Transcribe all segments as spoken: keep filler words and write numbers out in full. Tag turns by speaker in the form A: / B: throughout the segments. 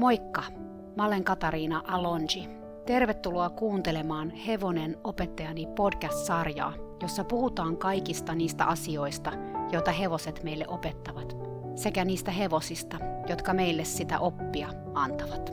A: Moikka! Mä olen Katariina Alonji. Tervetuloa kuuntelemaan Hevonen opettajani podcast-sarjaa, jossa puhutaan kaikista niistä asioista, joita hevoset meille opettavat, sekä niistä hevosista, jotka meille sitä oppia antavat.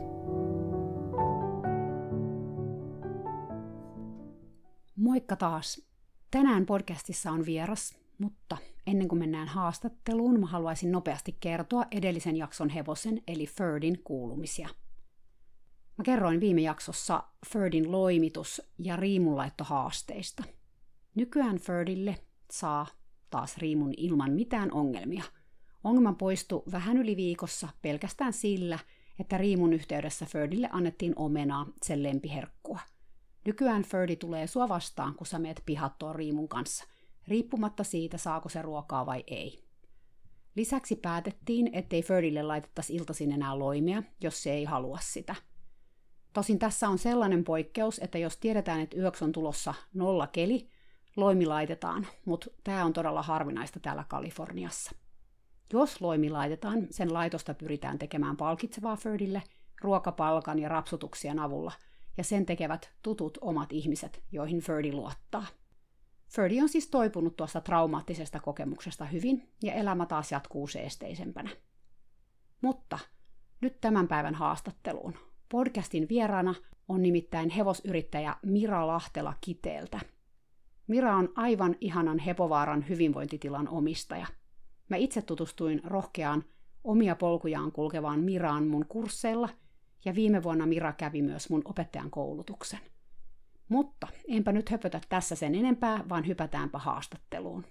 A: Moikka taas! Tänään podcastissa on vieras, mutta ennen kuin mennään haastatteluun, mä haluaisin nopeasti kertoa edellisen jakson hevosen eli Ferdin kuulumisia. Mä kerroin viime jaksossa Ferdin loimitus- ja riimunlaittohaasteista. Nykyään Ferdille saa taas riimun ilman mitään ongelmia. Ongelma poistui vähän yli viikossa pelkästään sillä, että riimun yhteydessä Ferdille annettiin omenaa, sen lempiherkkua. Nykyään Ferdi tulee sua vastaan, kun sä meet pihattoon riimun kanssa, riippumatta siitä, saako se ruokaa vai ei. Lisäksi päätettiin, ettei Ferdille laitettaisi iltaisin enää loimia, jos se ei halua sitä. Tosin tässä on sellainen poikkeus, että jos tiedetään, että yöksi on tulossa nolla keli, loimi laitetaan, mutta tämä on todella harvinaista täällä Kaliforniassa. Jos loimi laitetaan, sen laitosta pyritään tekemään palkitsevaa Ferdille ruokapalkan ja rapsutuksien avulla, ja sen tekevät tutut omat ihmiset, joihin Ferdi luottaa. Ferdi on siis toipunut tuosta traumaattisesta kokemuksesta hyvin, ja elämä taas jatkuu seesteisempänä. Mutta nyt tämän päivän haastatteluun. Podcastin vieraana on nimittäin hevosyrittäjä Mira Lahtela Kiteeltä. Mira on aivan ihanan Hepovaaran hyvinvointitilan omistaja. Mä itse tutustuin rohkeaan omia polkujaan kulkevaan Miraan mun kursseilla, ja viime vuonna Mira kävi myös mun opettajan koulutuksen. Mutta enpä nyt höpötä tässä sen enempää, vaan hypätäänpä haastatteluun.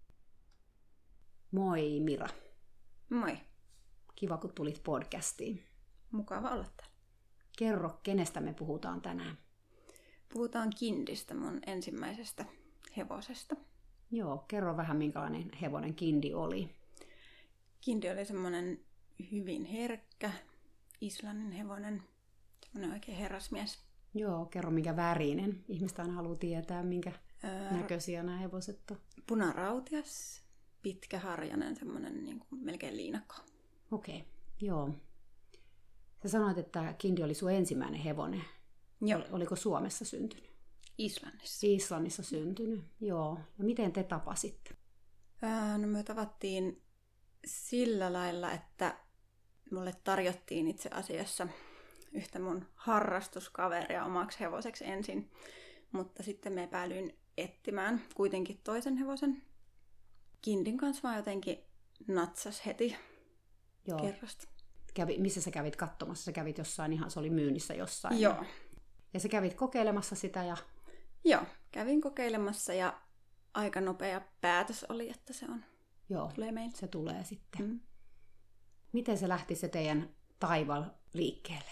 A: Moi Mira.
B: Moi.
A: Kiva kun tulit podcastiin.
B: Mukava olla täällä.
A: Kerro, kenestä me puhutaan tänään.
B: Puhutaan Kindistä, mun ensimmäisestä hevosesta.
A: Joo, kerro vähän minkälainen hevonen Kindi oli.
B: Kindi oli semmoinen hyvin herkkä islannin hevonen, semmoinen oikein herrasmies.
A: Joo, kerro minkä värinen. Ihmistä aina haluaa tietää, minkä
B: öö,
A: näköisiä nämä hevoset on.
B: Punarautias, pitkäharjainen, semmoinen niin kuin melkein liinakko.
A: Okei, okay, joo. Sä sanoit, että Kindi oli sun ensimmäinen hevonen.
B: Joo.
A: Oliko Suomessa syntynyt?
B: Islannissa.
A: Islannissa syntynyt, joo. Ja miten te tapasitte?
B: Öö, no me tavattiin sillä lailla, että mulle tarjottiin itse asiassa yhtä mun harrastuskaveria omaksi hevoseksi ensin, mutta sitten me päädyin etsimään kuitenkin toisen hevosen. Kindin kanssa vaan jotenkin natsas heti
A: Joo.
B: kerrasta.
A: Kävi, missä sä kävit katsomassa? Sä kävit jossain, ihan se oli myynnissä jossain.
B: Joo.
A: Ja sä kävit kokeilemassa sitä ja...
B: Joo, kävin kokeilemassa ja aika nopea päätös oli, että se on.
A: Joo,
B: tulee meille.
A: Se tulee sitten.
B: Mm.
A: Miten se lähti se teidän taival liikkeelle?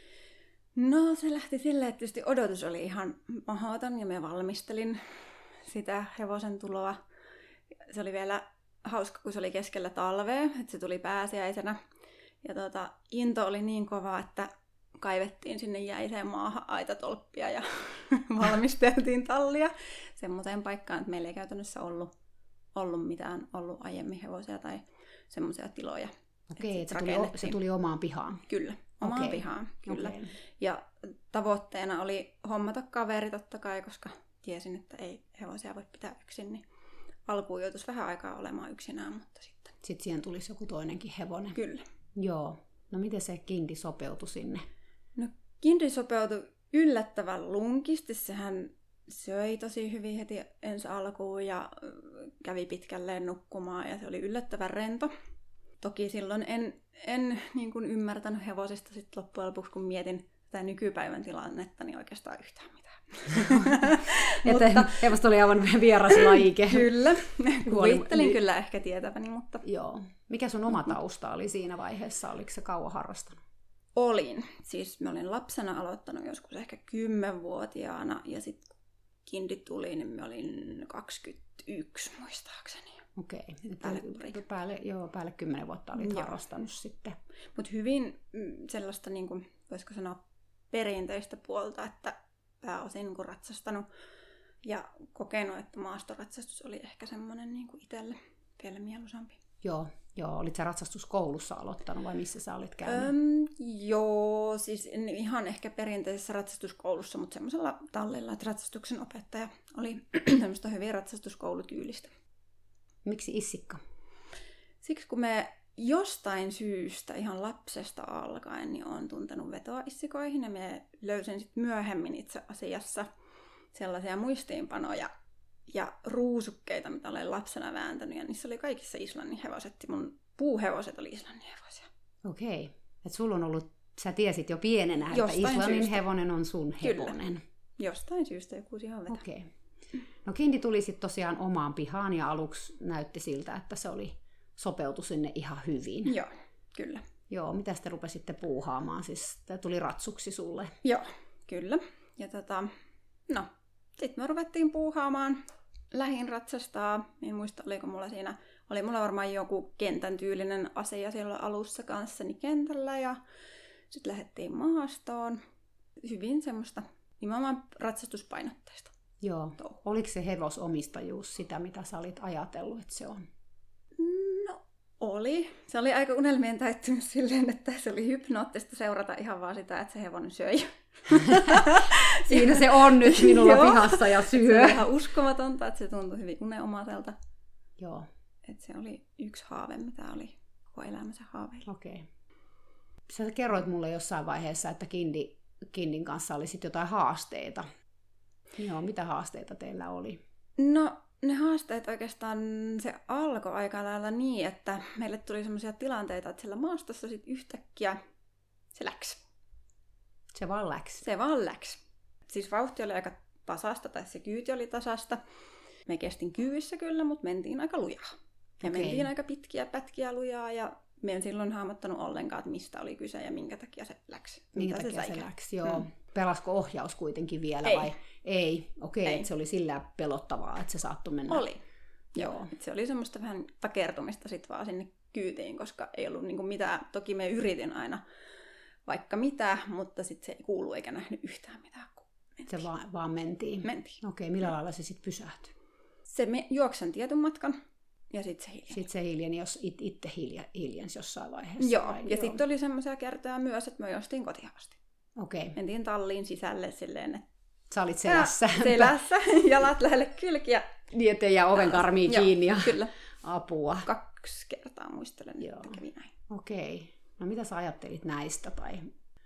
B: No se lähti silleen, että tietysti odotus oli ihan mahdoton ja me valmistelin sitä hevosen tuloa. Se oli vielä hauska, kun se oli keskellä talvea, että se tuli pääsiäisenä. Ja tuota, into oli niin kova, että kaivettiin sinne jäiseen maahan aitatolppia ja valmisteltiin tallia semmoiseen paikkaan, että meillä ei käytännössä ollut, ollut mitään ollut aiemmin hevosia tai semmoisia tiloja.
A: Okei, että se tuli, se tuli omaan pihaan.
B: Kyllä, omaan
A: Okei.
B: pihaan, kyllä.
A: Okei.
B: Ja tavoitteena oli hommata kaveri totta kai, koska tiesin, että ei hevosia voi pitää yksin, niin alkuun joutuisi vähän aikaa olemaan yksinään, mutta sitten...
A: Sitten siihen tulisi joku toinenkin hevonen.
B: Kyllä.
A: Joo. No miten se Kindi sopeutui sinne?
B: No Kindi sopeutui yllättävän lunkisti. Sehän söi tosi hyvin heti ensi alkuun ja kävi pitkälleen nukkumaan ja se oli yllättävän rento. Toki silloin en, en niin kuin ymmärtänyt hevosista sit loppujen lopuksi, kun mietin tätä nykypäivän tilannetta, niin oikeastaan yhtään mitään.
A: Että hevosta oli aivan vieras lajike.
B: Kyllä, kuvittelin kyllä ehkä tietäväni, mutta...
A: Joo. Mikä sun oma tausta oli siinä vaiheessa? Oliko se kauan harrastanut?
B: Olin. Siis mä olin lapsena aloittanut joskus ehkä kymmenvuotiaana ja sitten Kindi tuli, niin mä olin kaksikymmentäyksi muistaakseni.
A: Okei.
B: Päälle,
A: päälle, joo, päälle kymmenen vuotta olit joo. harrastanut sitten.
B: Mutta hyvin sellaista, niin kuin, voisiko sanoa, perinteistä puolta, että pääosin niin kuin ratsastanut ja kokenut, että maastoratsastus oli ehkä semmoinen niin kuin itselle vielä mieluisampi.
A: Joo, joo. Olit sä ratsastuskoulussa aloittanut vai missä sä olit käynyt?
B: Öm, joo, siis en ihan ehkä perinteisessä ratsastuskoulussa, mutta semmoisella tallilla, että ratsastuksen opettaja oli semmoista hyvin ratsastuskoulutyylistä.
A: Miksi issikka?
B: Siksi kun me jostain syystä ihan lapsesta alkaen niin olen tuntenut vetoa issikoihin ja me löysin sitten myöhemmin itse asiassa sellaisia muistiinpanoja ja ruusukkeita, mitä olen lapsena vääntänyt, ja niissä oli kaikissa Islannin hevoset. Mun puuhevoset oli Islannin hevosia.
A: Okei. Että sulla on ollut, sä tiesit jo pienenä, että
B: Jostain
A: Islannin
B: syystä.
A: hevonen on sun
B: Kyllä.
A: hevonen.
B: Jostain syystä joku ihan veto.
A: Okei. No Kindi tuli sitten tosiaan omaan pihaan, ja aluksi näytti siltä, että se oli sopeutu sinne ihan hyvin.
B: Joo, kyllä.
A: Joo, mitä te rupesitte puuhaamaan? Siis tämä tuli ratsuksi sulle.
B: Joo, kyllä. Ja tota, no, sitten me ruvettiin puuhaamaan. Lähin ratsastaa. En muista, oliko mulla siinä, oli mulla varmaan joku kentän tyylinen asia siellä alussa kanssani kentällä. Ja sitten lähdettiin maastoon. Hyvin semmoista nimenomaan ratsastuspainotteista.
A: Joo.
B: Touhu.
A: Oliko se hevosomistajuus sitä, mitä sä olit ajatellut, että se on?
B: No, oli. Se oli aika unelmien täyttymys silleen, että se oli hypnoottista seurata ihan vaan sitä, että se hevonen söi.
A: Siinä se on nyt minulla pihassa ja syö.
B: Se oli ihan uskomatonta, että se tuntui hyvin unenomaiselta.
A: Joo.
B: Että se oli yksi haave, mitä oli koko elämänsä haaveilla.
A: Okei. Okay. Sä kerroit mulle jossain vaiheessa, että Kindi, Kindin kanssa oli sit jotain haasteita. Joo, mitä haasteita teillä oli?
B: No, ne haasteet oikeastaan, se alkoi aika lailla niin, että meille tuli sellaisia tilanteita, että siellä maastossa sit yhtäkkiä se läksi.
A: Se vaan läksi.
B: Se vaan läksi. Siis vauhti oli aika tasasta, tai se kyyti oli tasasta. Me kestin kyyvissä kyllä, mutta mentiin aika lujaa. Ja
A: Okei.
B: mentiin aika pitkiä pätkiä lujaa, ja me en silloin hahmottanut ollenkaan, että mistä oli kyse ja minkä takia se läksi.
A: Minkä
B: Mitä
A: takia se,
B: säikähti.
A: läksi, joo.
B: Mm.
A: Pelasko ohjaus kuitenkin vielä
B: Ei.
A: vai? Ei. Okei,
B: Ei.
A: että se oli sillä pelottavaa, että se saattoi mennä.
B: Oli. Joo. Et se oli semmoista vähän takertumista sit vaan sinne kyytiin, koska ei ollut niinku mitään. Toki me yritin aina vaikka mitä, mutta sitten se ei kuulu eikä nähnyt yhtään mitään.
A: Se vaan, vaan mentiin.
B: Mentiin.
A: Okei, millä lailla se sitten pysähtyi?
B: Se me juoksen tietyn matkan ja sitten se hiljeni.
A: Sitten se hiljeni, jos it, itse hilja, hiljensi jossain vaiheessa.
B: Joo,
A: vai?
B: ja sitten oli semmoisia kertoja myös, että me juostiin kotiin asti.
A: Okei.
B: Mentiin talliin sisälle silleen, että
A: Sä olit selässä.
B: selässä, jalat lähelle kylkiä.
A: Niin, ettei jää oven karmiin
B: Joo,
A: kiinni ja
B: kyllä.
A: apua.
B: Kaksi kertaa muistelen,
A: Joo.
B: että kävi näin.
A: Okei. No mitä sä ajattelit näistä? Tai...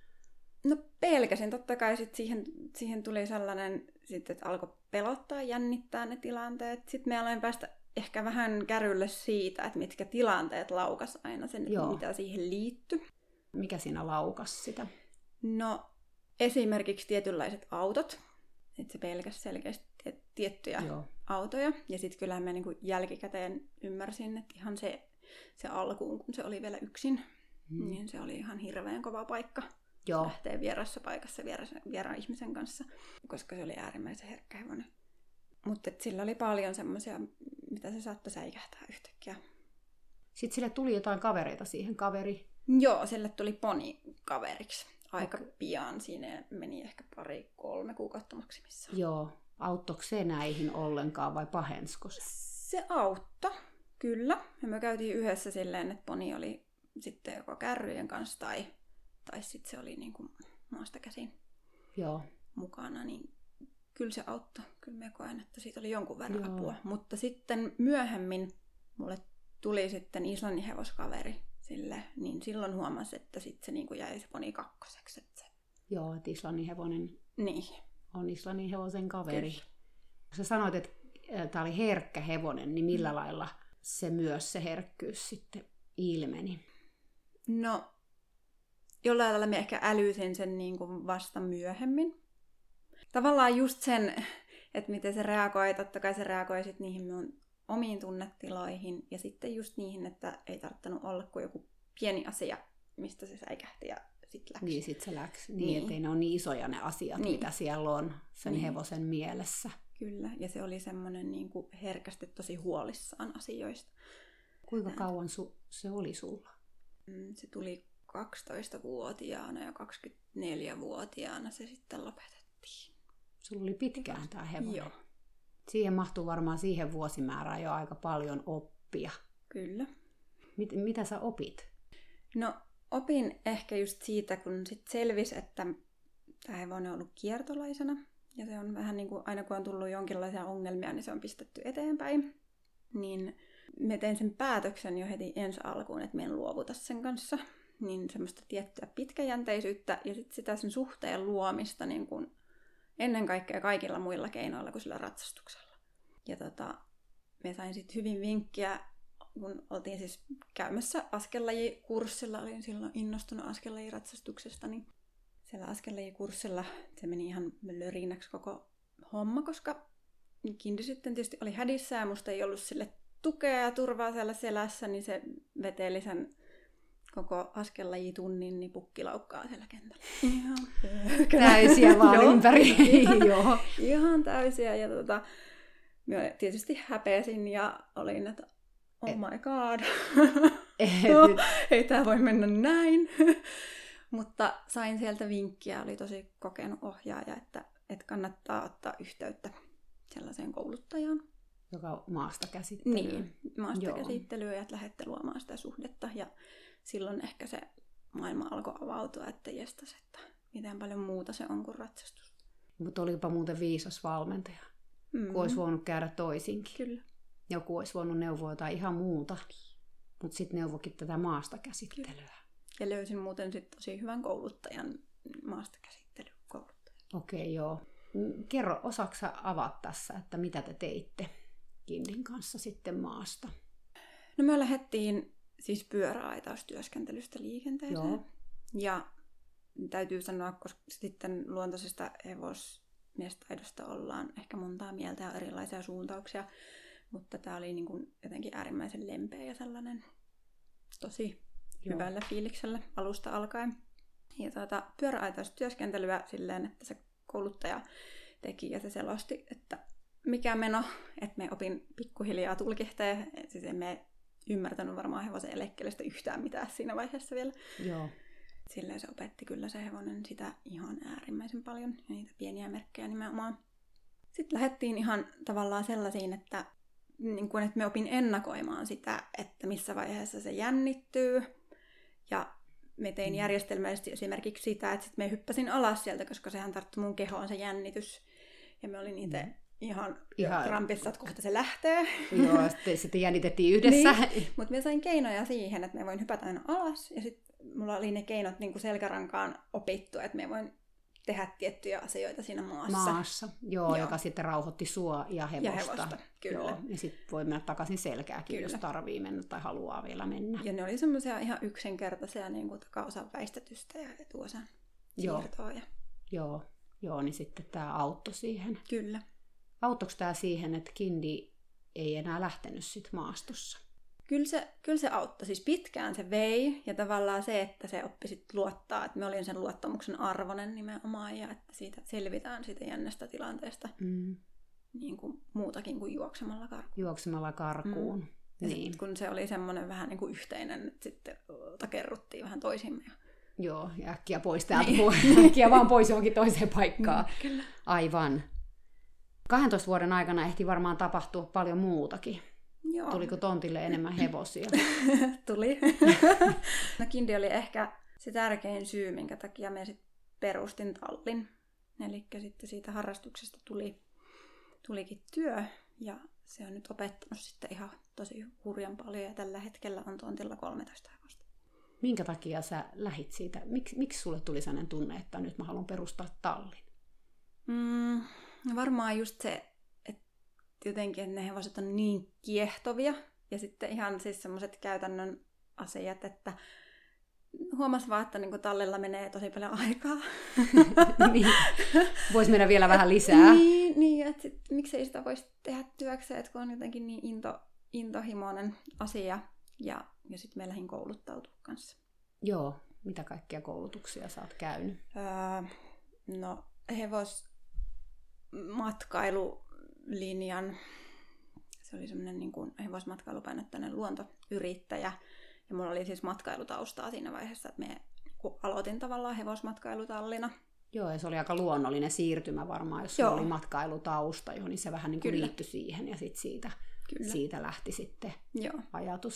B: No pelkäsin, totta kai sit siihen, siihen tuli sellainen, sit, että alkoi pelottaa, jännittää ne tilanteet. Sitten me aloin päästä ehkä vähän kärrylle siitä, että mitkä tilanteet laukas aina sen, että mitä siihen liittyi.
A: Mikä siinä laukas sitä?
B: No esimerkiksi tietynlaiset autot. Että se pelkäsi selkeästi tiettyjä Joo. autoja. Ja sitten kyllähän mä niinku jälkikäteen ymmärsin, että ihan se, se alkuun, kun se oli vielä yksin, hmm. niin se oli ihan hirveän kova paikka.
A: Joo.
B: Lähtee vierassa paikassa vieras, vieraan ihmisen kanssa, koska se oli äärimmäisen herkkä hevonen. Mutta sillä oli paljon semmoisia, mitä se saattoi säikähtää yhtäkkiä.
A: Sitten sille tuli jotain kavereita siihen, kaveri?
B: Joo, sille tuli poni kaveriksi. Aika okay. pian, siinä meni ehkä pari, kolme kuukautta maksimissaan.
A: Joo. Auttoiko se näihin ollenkaan vai pahensko se?
B: Se auttoi, kyllä. Ja me käytiin yhdessä silleen, että poni oli sitten joko kärryjen kanssa tai, tai sitten se oli niin kuin maasta käsin
A: Joo.
B: mukana. Niin kyllä se auttoi. Kyllä me koen, että siitä oli jonkun verran
A: Joo.
B: apua. Mutta sitten myöhemmin mulle tuli sitten Islannin hevoskaveri sille, niin silloin huomasi, että sitten se niin kuin jäi se poni kakkoseksi. Että se...
A: Joo, että Islannin hevonen
B: niin.
A: on Islannin hevosen kaveri.
B: Kyllä.
A: Sä sanoit, että tämä oli herkkä hevonen, niin millä mm. lailla se myös se herkkyys sitten ilmeni?
B: No, jollain lailla me ehkä älysin sen niin kuin vasta myöhemmin. Tavallaan just sen, että miten se reagoi, totta kai se reagoi sit niihin minun omiin tunnetiloihin ja sitten just niihin, että ei tarvittanut olla kuin joku pieni asia, mistä se säikähti ja sitten läksi.
A: Niin, sitten se läksi. Niin, niin, ettei ne ole niin isoja ne asiat, niin. mitä siellä on sen niin. hevosen mielessä.
B: Kyllä, ja se oli semmoinen niin kuin herkästi tosi huolissaan asioista.
A: Kuinka kauan su- se oli sulla?
B: Se tuli kaksitoistavuotiaana ja kaksikymmentäneljävuotiaana se sitten lopetettiin.
A: Sulla oli pitkään tämä hevonen.
B: Joo.
A: Siihen mahtuu varmaan siihen vuosimäärään jo aika paljon oppia.
B: Kyllä.
A: Mit, mitä sä opit?
B: No opin ehkä just siitä, kun sit selvisi, että tämä hevonen on ollut kiertolaisena. Ja se on vähän niin kuin aina kun on tullut jonkinlaisia ongelmia, niin se on pistetty eteenpäin. Niin me tein sen päätöksen jo heti ensi alkuun, että me en luovuta sen kanssa. Niin semmoista tiettyä pitkäjänteisyyttä ja sitten sitä sen suhteen luomista niin kuin ennen kaikkea kaikilla muilla keinoilla kuin sillä ratsastuksella. Ja tota, me sain sitten hyvin vinkkiä, kun oltiin siis käymässä askellajikurssilla, olin silloin innostunut askellajiratsastuksesta, niin siellä askellajikurssilla se meni ihan lörinäksi koko homma, koska Kindi sitten tietysti oli hädissä ja musta ei ollut sille tukea ja turvaa siellä selässä, niin se veteli sen koko askellajitunnin niin pukkilaukkaa siellä kentällä. Ihan
A: täysiä vaan ympäri.
B: ihan,
A: Joo.
B: ihan täysiä. Ja tota, minä tietysti häpesin ja olin, että oh my god, no, ei tämä voi mennä näin. Mutta sain sieltä vinkkiä, oli tosi kokenut ohjaaja, että, että kannattaa ottaa yhteyttä sellaiseen kouluttajaan.
A: Joka maasta käsittelyä.
B: Niin, maasta Joo. käsittelyä ja että lähdette luomaan sitä suhdetta. Ja silloin ehkä se maailma alkoi avautua, että jestas, että miten paljon muuta se on kuin ratsastus.
A: Mutta olipa muuten viisas valmentaja, mm. kun olisi voinut käydä toisinkin.
B: Kyllä.
A: Joku olisi voinut neuvoa jotain ihan muuta, mutta sitten neuvokin tätä maasta käsittelyä. Kyllä.
B: Ja löysin muuten sitten tosi hyvän kouluttajan, maasta käsittelykouluttajan.
A: Okei, okay, joo. Kerro, osaatko sä avata tässä, että mitä te teitte Kindin kanssa sitten maasta?
B: No me lähdettiin siis pyöräaitaustyöskentelystä liikenteeseen. Joo. Ja täytyy sanoa, koska sitten luontaisesta hevosmiestaidosta ollaan ehkä montaa mieltä ja erilaisia suuntauksia, mutta tämä oli niin kuin jotenkin äärimmäisen lempeä ja sellainen tosi Joo. hyvällä fiiliksellä alusta alkaen. Ja tuota, pyöräaitaustyöskentelyä silleen, että se kouluttaja teki ja se selosti, että mikä meno, että me opin pikkuhiljaa tulkihtaa. Siis emme ymmärtänyt varmaan hevosen elekkelestä yhtään mitään siinä vaiheessa vielä.
A: Joo.
B: Silleen se opetti kyllä se hevonen sitä ihan äärimmäisen paljon ja niitä pieniä merkkejä nimenomaan. Sitten lähdettiin ihan tavallaan sellaisiin, että, niin kuin, että me opin ennakoimaan sitä, että missä vaiheessa se jännittyy. Ja me tein järjestelmällisesti esimerkiksi sitä, että sit me hyppäsin alas sieltä, koska sehän tarttui mun kehoon se jännitys. Ja me olin itse mm. ihan, ihan krampissa, että kohta se lähtee.
A: Joo, sitten, sitten jännitettiin yhdessä.
B: Niin. Mutta me sain keinoja siihen, että me voin hypätä aina alas. Ja sitten mulla oli ne keinot niin kuin selkärankaan opittu, että me voin tehdä tiettyjä asioita siinä maassa.
A: Maassa, joo, joo. Joka sitten rauhoitti sua ja hevosta.
B: Ja hevosta, kyllä.
A: Joo. Ja sitten voi mennä takaisin selkääkin, kyllä. Jos tarvii mennä tai haluaa vielä mennä.
B: Ja ne oli semmoisia ihan yksinkertaisia niin kuin takaosan väistetystä ja etuosan siirtoa. Ja...
A: Joo. Joo, niin sitten tämä auttoi siihen.
B: Kyllä.
A: Auttoiko tämä siihen, että Kindi ei enää lähtenyt sit maastossa?
B: Kyllä se, kyllä se auttoi. Siis pitkään se vei, ja tavallaan se, että se oppi sit luottaa, että me olin sen luottamuksen arvoinen nimenomaan, ja että siitä selvitään siitä jännestä tilanteesta mm. niin kuin muutakin kuin juoksemalla karkuun.
A: Juoksemalla karkuun, mm.
B: Ja
A: niin.
B: Sit, kun se oli semmoinen vähän niin kuin yhteinen, että sitten takerruttiin vähän toisimme.
A: Joo, ja äkkiä pois täältä, niin. äkkiä vaan pois johonkin toiseen paikkaan.
B: Mm, kyllä.
A: Aivan. kahdentoista vuoden aikana ehti varmaan tapahtua paljon muutakin.
B: Joo.
A: Tuliko tontille enemmän hevosia?
B: Tuli. No Kindi oli ehkä se tärkein syy, minkä takia me sit perustin tallin. Eli sitten siitä harrastuksesta tuli, tulikin työ, ja se on nyt opettanut sitten ihan tosi hurjan paljon, ja tällä hetkellä on tontilla kolmetoista hevosta.
A: Minkä takia sä lähit siitä? Miks, miksi sulle tuli sellainen tunne, että nyt mä haluan perustaa tallin?
B: Mm, varmaan just se, että jotenkin että ne hevoset on niin kiehtovia. Ja sitten ihan siis semmoiset käytännön asiat, että huomas vaan, että niinku tallilla menee tosi paljon aikaa.
A: Niin. Voisi mennä vielä vähän lisää.
B: Niin, niin että sit, miksei sitä voisi tehdä työkseen, että kun on jotenkin niin into, intohimoinen asia. Ja, ja sitten me lähdin kouluttautua kanssa.
A: Joo, mitä kaikkia koulutuksia sä oot käynyt?
B: Öö, no hevosmatkailulinjan, se oli semmoinen niin kuin hevosmatkailupainotteinen luontoyrittäjä. Ja mulla oli siis matkailutaustaa siinä vaiheessa, että me aloitin tavallaan hevosmatkailutallina.
A: Joo, ja se oli aika luonnollinen siirtymä varmaan, jos Joo. oli matkailutausta, johon niin se vähän niin kuin liittyi siihen, ja sitten siitä, siitä lähti sitten Joo. ajatus.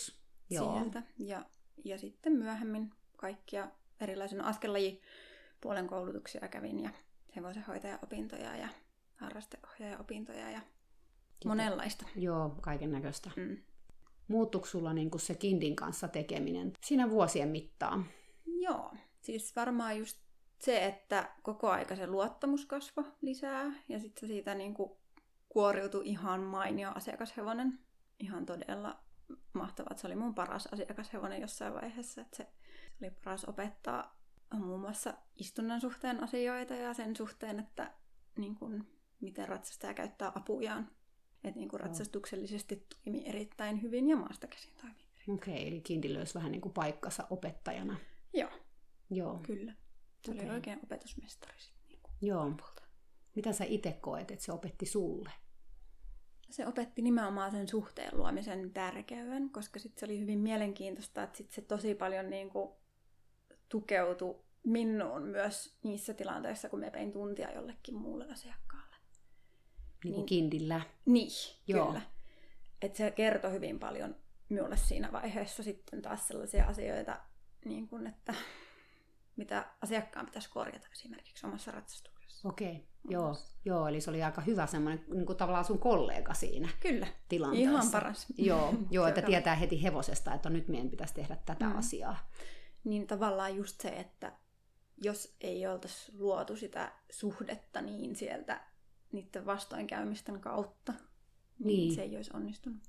A: Joo.
B: sieltä. Ja, ja sitten myöhemmin kaikkia erilaisen askellajipuolen koulutuksia kävin ja hevosenhoitajaopintoja ja harrasteohjaajaopintoja ja monenlaista.
A: Joo, kaiken näköistä.
B: Mm.
A: Muuttuiko sulla niinku se kindin kanssa tekeminen siinä vuosien mittaan?
B: Joo, siis varmaan just se, että koko aika se luottamus kasvoi lisää ja sitten siitä niinku kuoriutui ihan mainio asiakashevonen. Ihan todella mahtavaa. Se oli mun paras asiakashevonen jossain vaiheessa. Että se oli paras opettaa muun muassa istunnan suhteen asioita ja sen suhteen, että niin kun, miten ratsastaja käyttää apujaan. Että niin ratsastuksellisesti toimi erittäin hyvin ja maasta käsin toimi.
A: Okei, okay, eli kindi löysi vähän niin kuin paikkansa opettajana.
B: Joo,
A: Joo.
B: kyllä. Se
A: Okay.
B: oli oikein opetusmestari. Niin
A: Joo. Mitä sä itse koet, että se opetti sulle?
B: Se opetti nimenomaan sen suhteen luomisen tärkeyden, koska sit se oli hyvin mielenkiintoista, että sit se tosi paljon niin kuin tukeutui minuun myös niissä tilanteissa, kun me pein tuntia jollekin muulle asiakkaalle.
A: Niin kuin
B: Niin.
A: kindillä?
B: Niin,
A: Joo.
B: kyllä. Et se kertoi hyvin paljon minulle siinä vaiheessa sitten taas sellaisia asioita, niin kuin, että mitä asiakkaan pitäisi korjata esimerkiksi omassa ratsastuksessa.
A: Okei, okay. Joo. Joo, eli se oli aika hyvä semmoinen niin kuin tavallaan sun kollega siinä
B: Kyllä,
A: tilanteessa.
B: ihan paras.
A: Joo, joo
B: Se
A: että
B: on-
A: tietää heti hevosesta, että nyt meidän pitäisi tehdä tätä
B: Mm.
A: asiaa.
B: Niin tavallaan just se, että jos ei oltaisi luotu sitä suhdetta niin sieltä niiden vastoinkäymisten kautta, niin,
A: Niin.
B: se ei olisi onnistunut.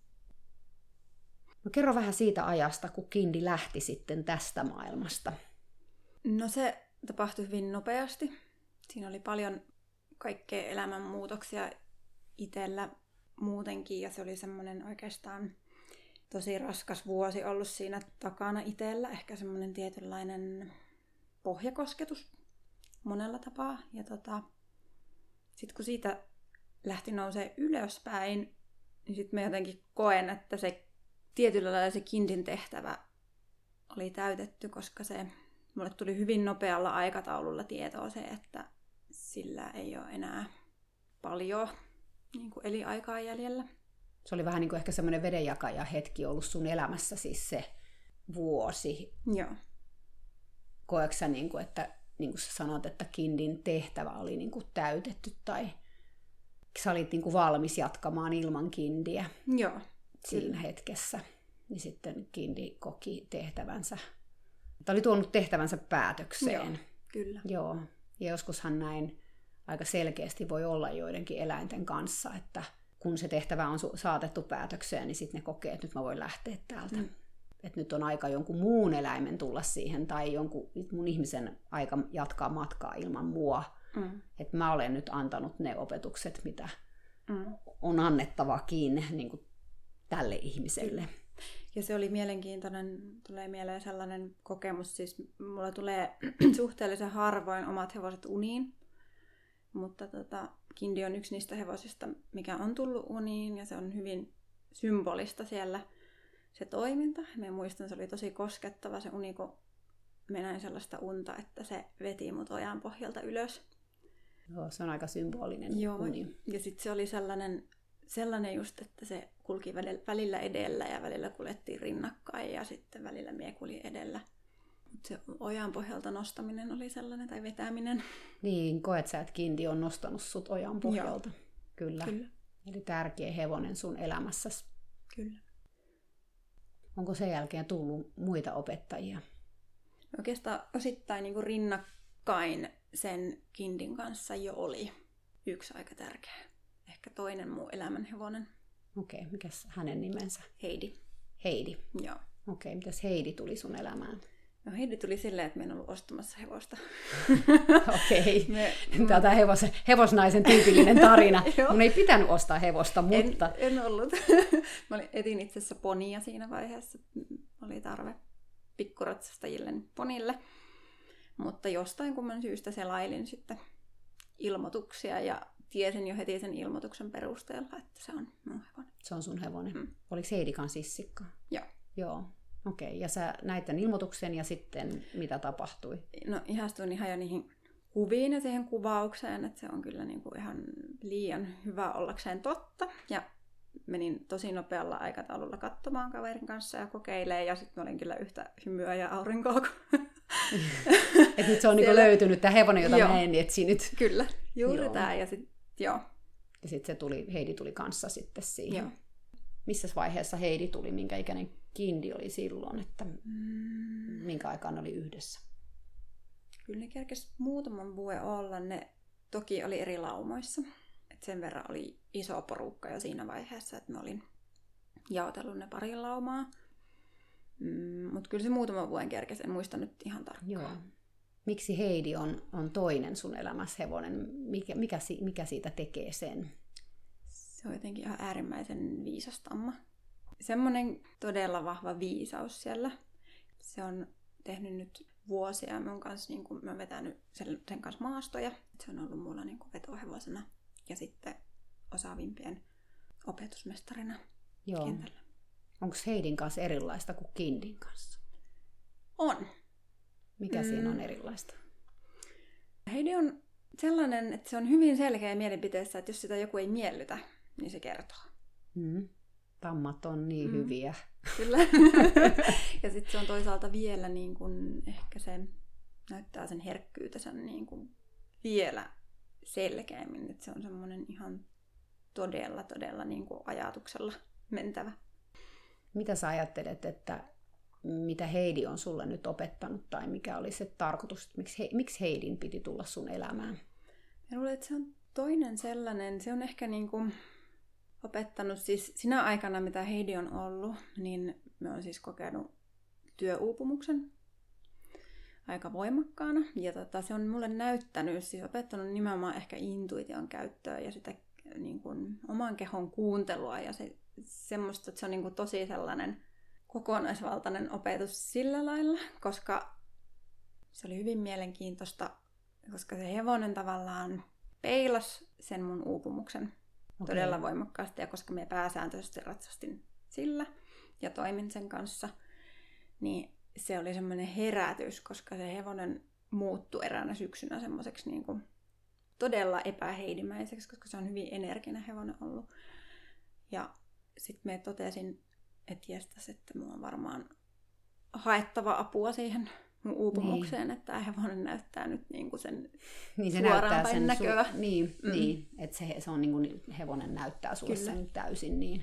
A: No kerro vähän siitä ajasta, kun kindi lähti sitten tästä maailmasta.
B: No se tapahtui hyvin nopeasti. Siinä oli paljon kaikkea elämänmuutoksia itsellä muutenkin ja se oli semmoinen oikeastaan tosi raskas vuosi ollut siinä takana itsellä. Ehkä semmoinen tietynlainen pohjakosketus monella tapaa. Ja tota, sitten kun siitä lähti nousee ylöspäin, niin sitten mä jotenkin koen, että se tietyllä lailla se kindin tehtävä oli täytetty, koska se mulle tuli hyvin nopealla aikataululla tietoa se, että sillä ei ole enää paljon niin kuin eliaikaa jäljellä.
A: Se oli vähän niin kuin ehkä semmoinen vedenjakaja hetki ollut sun elämässä, siis se vuosi.
B: Joo.
A: Koetko sä, niin kuin, että niin kuin sä sanot, että kindin tehtävä oli niin kuin täytetty tai sä olit niin kuin valmis jatkamaan ilman kindiä
B: Joo.
A: siinä
B: Kyllä.
A: hetkessä, niin sitten kindi koki tehtävänsä. Tämä oli tuonut tehtävänsä päätökseen.
B: Joo, kyllä.
A: Joo. Ja joskushan näin aika selkeästi voi olla joidenkin eläinten kanssa, että kun se tehtävä on su- saatettu päätökseen, niin sitten ne kokee, että nyt mä voin lähteä täältä.
B: Mm.
A: Että nyt on aika jonkun muun eläimen tulla siihen, tai jonkun mun ihmisen aika jatkaa matkaa ilman mua.
B: Mm.
A: Että mä olen nyt antanut ne opetukset, mitä
B: Mm.
A: on annettavakin niin kuin tälle ihmiselle.
B: Ja se oli mielenkiintoinen, tulee mieleen sellainen kokemus, siis mulla tulee suhteellisen harvoin omat hevoset uniin, mutta tota, kindi on yksi niistä hevosista, mikä on tullut uniin, ja se on hyvin symbolista siellä se toiminta. Mä muistan, se oli tosi koskettava se uni, kun mä näin sellaista unta, että se veti mut ojan pohjalta ylös.
A: Joo, se on aika symbolinen
B: Joo,
A: uni.
B: ja sitten se oli sellainen, sellainen just, että se kulki välillä edellä ja välillä kuljettiin rinnakkain ja sitten välillä mie kulin edellä. Mutta se ojan pohjalta nostaminen oli sellainen, tai vetäminen.
A: Niin, koet sä, että kindi on nostanut sut ojan pohjalta. Kyllä.
B: Kyllä.
A: Eli tärkeä hevonen sun elämässäsi.
B: Kyllä.
A: Onko sen jälkeen tullut muita opettajia?
B: Oikeastaan osittain niin kuin rinnakkain sen kindin kanssa jo oli yksi aika tärkeä. Ehkä toinen muu elämänhevonen.
A: Okei, okay, mikäs hänen nimensä?
B: Heidi.
A: Heidi.
B: Joo.
A: Okei, okay, mitäs Heidi tuli sun elämään?
B: No Heidi tuli silleen, että mä en ollut ostamassa hevosta.
A: Okei.
B: Me,
A: Tämä on hevos, hevosnaisen tyypillinen tarina.
B: Joo.
A: Mun ei pitänyt ostaa hevosta, mutta...
B: En, en ollut. Mä olin, etin itse asiassa ponia siinä vaiheessa. Oli tarve pikkuratsastajille ponille. Mutta jostain kumman syystä selailin sitten ilmoituksia ja tiesin jo heti sen ilmoituksen perusteella, että se on mun hevonen.
A: Se on sun hevonen.
B: Mm.
A: Oliko Heidikan sissikka?
B: Joo.
A: Joo. Okei, okay. Ja sä näit tämän ilmoituksen ja sitten mitä tapahtui?
B: No ihastuin ihan jo niihin kuviin ja siihen kuvaukseen, että se on kyllä niinku ihan liian hyvä ollakseen totta. Ja menin tosi nopealla aikataululla katsomaan kaverin kanssa ja kokeilemaan. Ja sitten mä olin kyllä yhtä hymyä ja aurinkoa. Kun...
A: Et nyt se on niinku löytynyt, tämä hevonen, jota joo. mä en etsi nyt.
B: Kyllä, juuri tämä. Ja sitten joo.
A: Ja sitten se tuli, Heidi tuli kanssa sitten siihen.
B: Joo.
A: Missä vaiheessa Heidi tuli, minkä ikäinen Kindi oli silloin, että mm. minkä aikaan ne oli yhdessä?
B: Kyllä ne kerkesi muutaman vuoden olla. Ne toki oli eri laumoissa. Et sen verran oli iso porukka jo siinä vaiheessa, että mä olin jaotellut ne pari laumaa. Mm, mutta kyllä se muutaman vuoden kerkesi, en muista nyt ihan tarkkaan.
A: Joo. Miksi Heidi on, on toinen sun elämässä hevonen? Mikä, mikä, mikä siitä tekee sen?
B: Se on jotenkin ihan äärimmäisen viisas tamma. Semmoinen todella vahva viisaus siellä. Se on tehnyt nyt vuosia mun kanssa, niin kuin mä oon vetänyt sen, sen kanssa maastoja. Se on ollut mulla niin kuin vetohevosena ja sitten osaavimpien opetusmestarina
A: Joo.
B: kentällä.
A: Onko Heidin kanssa erilaista kuin Kindin kanssa?
B: On.
A: Mikä mm. siinä on erilaista?
B: Heidi on sellainen, että se on hyvin selkeä mielipiteessä, että jos sitä joku ei miellytä, niin se kertoo.
A: Mm. Tammat on niin mm. hyviä.
B: Kyllä. Ja sitten se on toisaalta vielä niin kuin, ehkä se näyttää sen herkkyytensä niin kuin vielä selkeämmin. Että se on semmoinen ihan todella, todella niin kuin ajatuksella mentävä.
A: Mitä sä ajattelet, että mitä Heidi on sulle nyt opettanut tai mikä oli se tarkoitus, että miksi, he, miksi Heidin piti tulla sun elämään?
B: Mä luulen, että se on toinen sellainen, se on ehkä niin kuin opettanut siis sinä aikana, mitä Heidi on ollut, niin me on siis kokenut työuupumuksen aika voimakkaana. Ja tota, se on mulle näyttänyt, siis opettanut nimenomaan ehkä intuition käyttöä ja sitä niin kuin oman kehon kuuntelua ja se, semmoista, että se on niin kuin tosi sellainen kokonaisvaltainen opetus sillä lailla, koska se oli hyvin mielenkiintoista, koska se hevonen tavallaan peilasi sen mun uupumuksen okay. todella voimakkaasti, ja koska me pääsääntöisesti ratsastin sillä ja toimin sen kanssa, niin se oli semmoinen herätys, koska se hevonen muuttui eräänä syksynä semmoiseksi niin kuin todella epäheidimäiseksi, koska se on hyvin energinen hevonen ollut. Ja sitten me totesin, että jestas, että mulla on varmaan haettava apua siihen mun uupumukseen, niin. Että tämä hevonen näyttää nyt niinku sen
A: niin se
B: suoraan päin näköä.
A: Su- niin, mm. niin, että se, se on niinku, hevonen näyttää sulle Kyllä. sen täysin niin.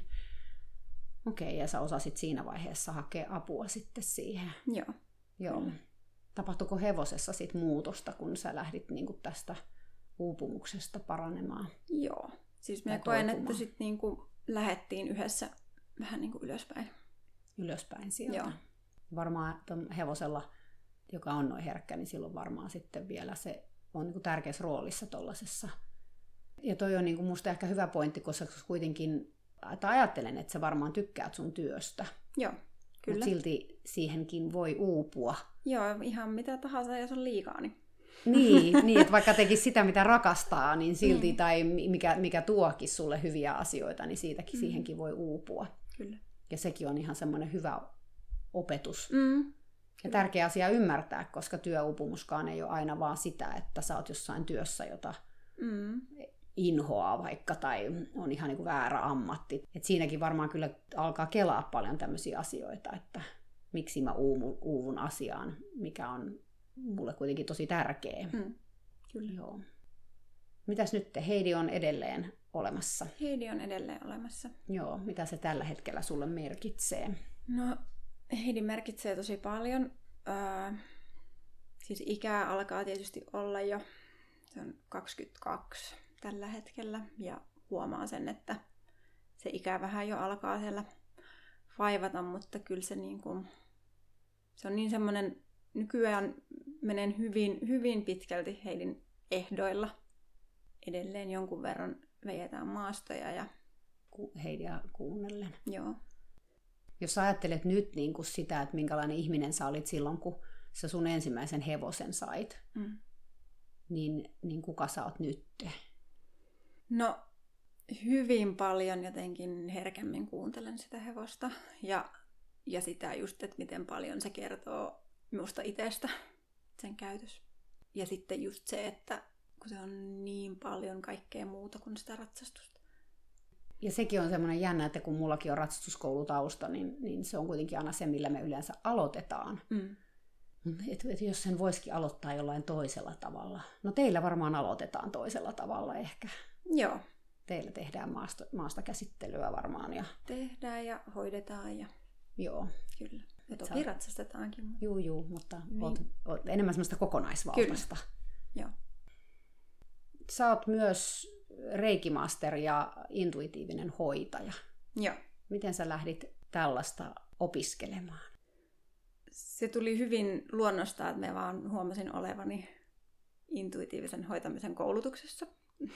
A: Okei, okay, ja sä osasit siinä vaiheessa hakea apua sitten siihen.
B: Joo.
A: Joo. Mm. Tapahtuiko hevosessa sit muutosta, kun sä lähdit niinku tästä uupumuksesta paranemaan?
B: Joo. Siis mä koen, että sit niinku lähdettiin yhdessä vähän niinku ylöspäin.
A: Ylöspäin sieltä.
B: Joo.
A: Varmaan hevosella, joka on noin herkkä, niin silloin varmaan sitten vielä se on niinku tärkeässä roolissa tollasessa. Ja toi on niinku musta ehkä hyvä pointti, koska kuitenkin, että ajattelen, että sä varmaan tykkäät sun työstä.
B: Joo, kyllä.
A: Mutta silti siihenkin voi uupua.
B: Joo, ihan mitä tahansa, jos on liikaa, niin...
A: Niin, niin, että vaikka tekisi sitä, mitä rakastaa, niin silti, mm. tai mikä, mikä tuokin sulle hyviä asioita, niin siitäkin mm. siihenkin voi uupua.
B: Kyllä.
A: Ja sekin on ihan semmoinen hyvä opetus.
B: Mm.
A: Ja tärkeä asia ymmärtää, koska työuupumuskaan ei ole aina vaan sitä, että sä oot jossain työssä, jota
B: mm.
A: inhoaa vaikka, tai on ihan niin kuin väärä ammatti. Et siinäkin varmaan kyllä alkaa kelaa paljon tämmöisiä asioita, että miksi mä uuvun, uuvun asiaan, mikä on mulle kuitenkin tosi tärkeä.
B: Mm. Kyllä.
A: Joo. Mitäs nyt? Heidi on edelleen olemassa.
B: Heidi on edelleen olemassa.
A: Joo. Mitä se tällä hetkellä sulle merkitsee?
B: No, Heidi merkitsee tosi paljon. Öö, siis ikää alkaa tietysti olla jo. Se on kaksikymmentäkaksi tällä hetkellä. Ja huomaa sen, että se ikä vähän jo alkaa siellä vaivata, mutta kyllä se, niin kuin, se on niin semmoinen, nykyään menen hyvin, hyvin pitkälti Heidin ehdoilla. Edelleen jonkun verran vejetään maastoja ja
A: Heidiä kuunnellen.
B: Joo.
A: Jos ajattelet nyt niin kuin sitä, että minkälainen ihminen sä olit silloin, kun sä sun ensimmäisen hevosen sait,
B: mm.
A: niin, niin kuka sä oot nyt?
B: No, hyvin paljon jotenkin herkemmin kuuntelen sitä hevosta ja, ja sitä just, että miten paljon se kertoo minusta itsestä, sen käytös. Ja sitten just se, että kun se on niin paljon kaikkea muuta kuin sitä ratsastusta.
A: Ja sekin on semmoinen jännä, että kun mullakin on ratsastuskoulutausta, niin, niin se on kuitenkin aina se, millä me yleensä aloitetaan. Mm. Et, et jos sen voisikin aloittaa jollain toisella tavalla. No teillä varmaan aloitetaan toisella tavalla ehkä.
B: Joo.
A: Teillä tehdään maasta, maasta käsittelyä varmaan. Ja...
B: Tehdään ja hoidetaan. Ja...
A: Joo.
B: Kyllä. Ja toki oot... ratsastetaankin. Mutta...
A: Juu, juu, mutta niin. oot, oot enemmän semmoista kokonaisvaltaista.
B: Joo.
A: Sä oot myös reikimaster ja intuitiivinen hoitaja.
B: Joo.
A: Miten sä lähdit tällaista opiskelemaan?
B: Se tuli hyvin luonnostaan, että mä vaan huomasin olevani intuitiivisen hoitamisen koulutuksessa.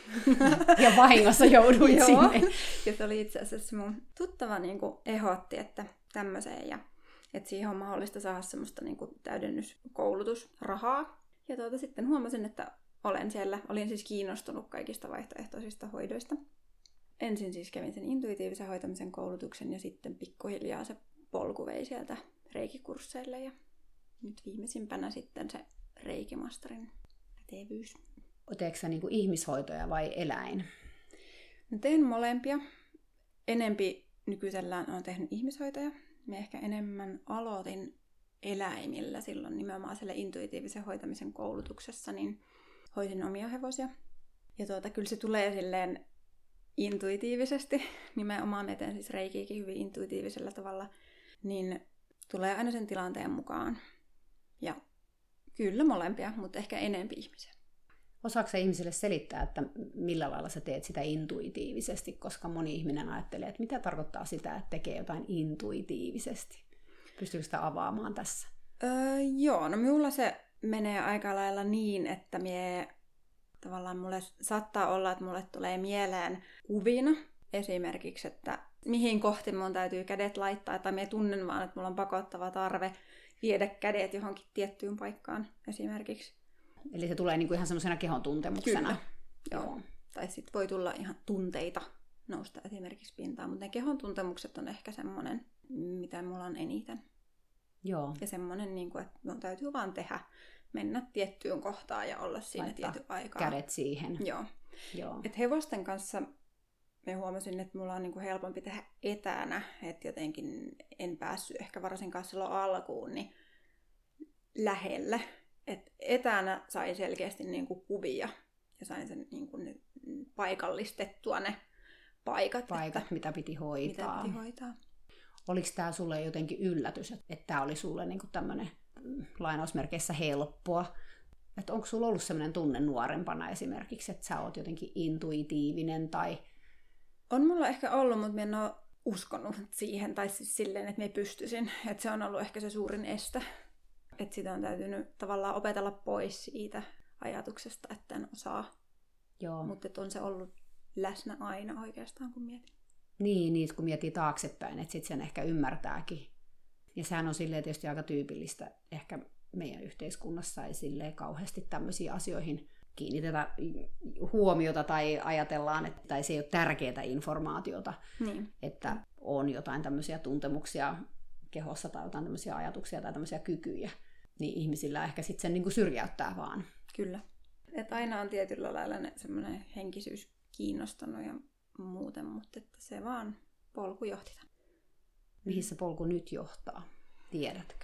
A: Ja vahingossa jouduin sinne.
B: Ja se oli itse asiassa mun tuttava niin kuin ehdotti, että tämmöiseen. Ja että siihen on mahdollista saada semmoista niin kuin täydennyskoulutusrahaa. Ja tuota, sitten huomasin, että olen siellä, olin siis kiinnostunut kaikista vaihtoehtoisista hoidoista. Ensin siis kävin sen intuitiivisen hoitamisen koulutuksen ja sitten pikkuhiljaa se polku vei sieltä reikikursseille ja nyt viimeisimpänä sitten se reikimasterin pätevyys.
A: Teekö sä niinku ihmishoitoja vai eläin?
B: No teen molempia. Enempi nykyisellään olen tehnyt ihmishoitoja. Mä ehkä enemmän aloitin eläimillä silloin nimenomaan siellä intuitiivisen hoitamisen koulutuksessa, niin hoidin omia hevosia. Ja tuota, kyllä se tulee silleen intuitiivisesti, nimenomaan mä teen siis reikiäkin hyvin intuitiivisella tavalla, niin tulee aina sen tilanteen mukaan. Ja kyllä molempia, mutta ehkä enempi ihmisiä.
A: Osaatko sä ihmisille selittää, että millä lailla sä teet sitä intuitiivisesti, koska moni ihminen ajattelee, että mitä tarkoittaa sitä, että tekee jotain intuitiivisesti? Pystyykö sitä avaamaan tässä?
B: Öö, joo, no minulla se menee aika lailla niin, että mie tavallaan mulle saattaa olla, että mulle tulee mieleen kuvina esimerkiksi, että mihin kohti mun täytyy kädet laittaa, tai mie tunnen vaan, että mulla on pakottava tarve viedä kädet johonkin tiettyyn paikkaan esimerkiksi.
A: Eli se tulee niinku ihan semmoisena kehon tuntemuksena.
B: Kyllä, joo. joo. Tai sitten voi tulla ihan tunteita nousta esimerkiksi pintaan, mutta ne kehon tuntemukset on ehkä semmoinen, mitä mulla on eniten.
A: Joo.
B: Ja semmoinen, niin kuin, että mun täytyy vaan tehdä, mennä tiettyyn kohtaan ja olla siinä
A: laittaa
B: tietyn aikaa.
A: Kädet siihen.
B: Joo.
A: Joo.
B: Et hevosten kanssa me huomasin, että mulla on niin kuin helpompi tehdä etänä, että jotenkin en päässyt ehkä varsinkaan silloin alkuun niin lähelle. Et etänä sain selkeästi niin kuin kuvia ja sain sen niin kuin paikallistettua ne paikat.
A: Paikat,
B: että,
A: mitä piti hoitaa.
B: Mitä piti hoitaa.
A: Oliko tämä sulle jotenkin yllätys, että tämä oli sulle niinku tämmöinen lainausmerkeissä helppoa? Että onko sulla ollut sellainen tunne nuorempana esimerkiksi, että sä oot jotenkin intuitiivinen tai...
B: On mulla ehkä ollut, mutta mä en ole uskonut siihen tai siis silleen, että mä pystyisin. Että se on ollut ehkä se suurin este. Että sitä on täytynyt tavallaan opetella pois siitä ajatuksesta, että en osaa.
A: Joo.
B: Mutta on se ollut läsnä aina oikeastaan, kun mietin.
A: Niin, niin kun miettii taaksepäin, että sitten sen ehkä ymmärtääkin. Ja sehän on silleen tietysti aika tyypillistä. Ehkä meidän yhteiskunnassa ei silleen kauheasti tämmöisiin asioihin kiinnitetä huomiota tai ajatellaan, että tai se ei ole tärkeää informaatiota,
B: niin.
A: Että on jotain tämmöisiä tuntemuksia kehossa tai jotain tämmöisiä ajatuksia tai tämmöisiä kykyjä. Niin ihmisillä ehkä sitten sen niin kuin syrjäyttää vaan.
B: Kyllä. Että aina on tietyllä lailla semmoinen henkisyys kiinnostanut ja muuten, mutta että se vaan polku johti.
A: Mihin se polku nyt johtaa? Tiedätkö?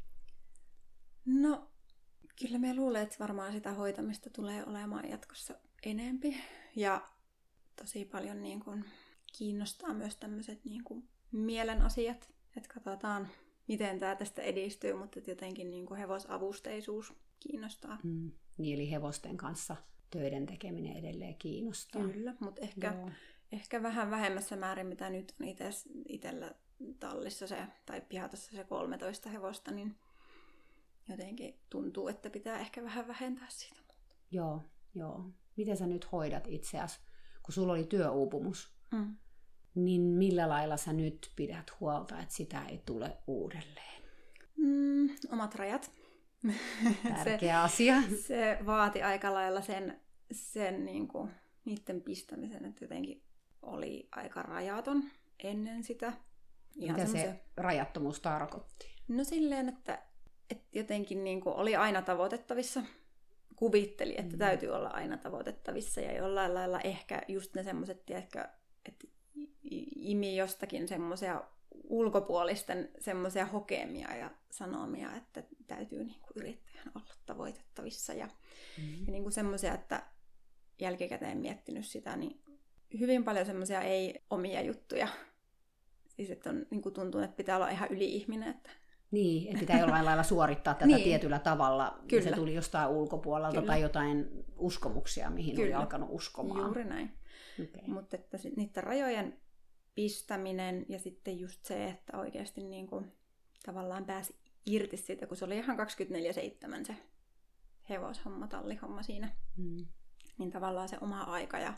B: No, kyllä me luulen, että varmaan sitä hoitamista tulee olemaan jatkossa enempi. Ja tosi paljon niin kuin kiinnostaa myös tämmöiset niin kuin mielen asiat. Että katsotaan, miten tämä tästä edistyy, mutta jotenkin niin kuin hevosavusteisuus kiinnostaa.
A: Mm. Niin, eli hevosten kanssa töiden tekeminen edelleen kiinnostaa.
B: Kyllä, mutta ehkä, ehkä vähän vähemmässä määrin, mitä nyt on itsellä tallissa se, tai pihatossa se kolmetoista hevosta, niin jotenkin tuntuu, että pitää ehkä vähän vähentää siitä.
A: Joo, joo. Miten sä nyt hoidat itseäsi, kun sulla oli työuupumus,
B: mm.
A: niin millä lailla sä nyt pidät huolta, että sitä ei tule uudelleen?
B: Mm, omat rajat.
A: Tärkeä se, asia.
B: Se vaati aika lailla sen, sen niin kuin, niiden pistämisen, että jotenkin oli aika rajaton ennen sitä.
A: Ihan mitä semmoisen... se rajattomuus tarkoitti?
B: No silleen, että, että jotenkin niin kuin oli aina tavoitettavissa. Kuvitteli, että mm. täytyy olla aina tavoitettavissa ja jollain lailla ehkä just ne semmoiset, tiedätkö, että imi jostakin semmoisia ulkopuolisten semmoisia hokemia ja sanomia, että täytyy niin kuin yrittäjän olla tavoitettavissa. Ja, mm-hmm. ja niin kuin semmoisia, että jälkikäteen miettinyt sitä, niin hyvin paljon semmoisia ei-omia juttuja. Siis että on, niin kuin tuntuu, että pitää olla ihan yli-ihminen. Että...
A: Niin, että pitää jollain lailla suorittaa tätä niin. tietyllä tavalla. Kyllä. Ja se tuli jostain ulkopuolelta Kyllä. tai jotain uskomuksia, mihin Kyllä. oli alkanut uskomaan.
B: Juuri näin. Okay. Mutta että niiden rajojen pistäminen ja sitten just se, että oikeasti niin kuin tavallaan pääsi irti siitä, kun se oli ihan kaksikymmentäneljä seitsemän se hevoshomma, tallihomma siinä. Mm. Niin tavallaan se oma aika ja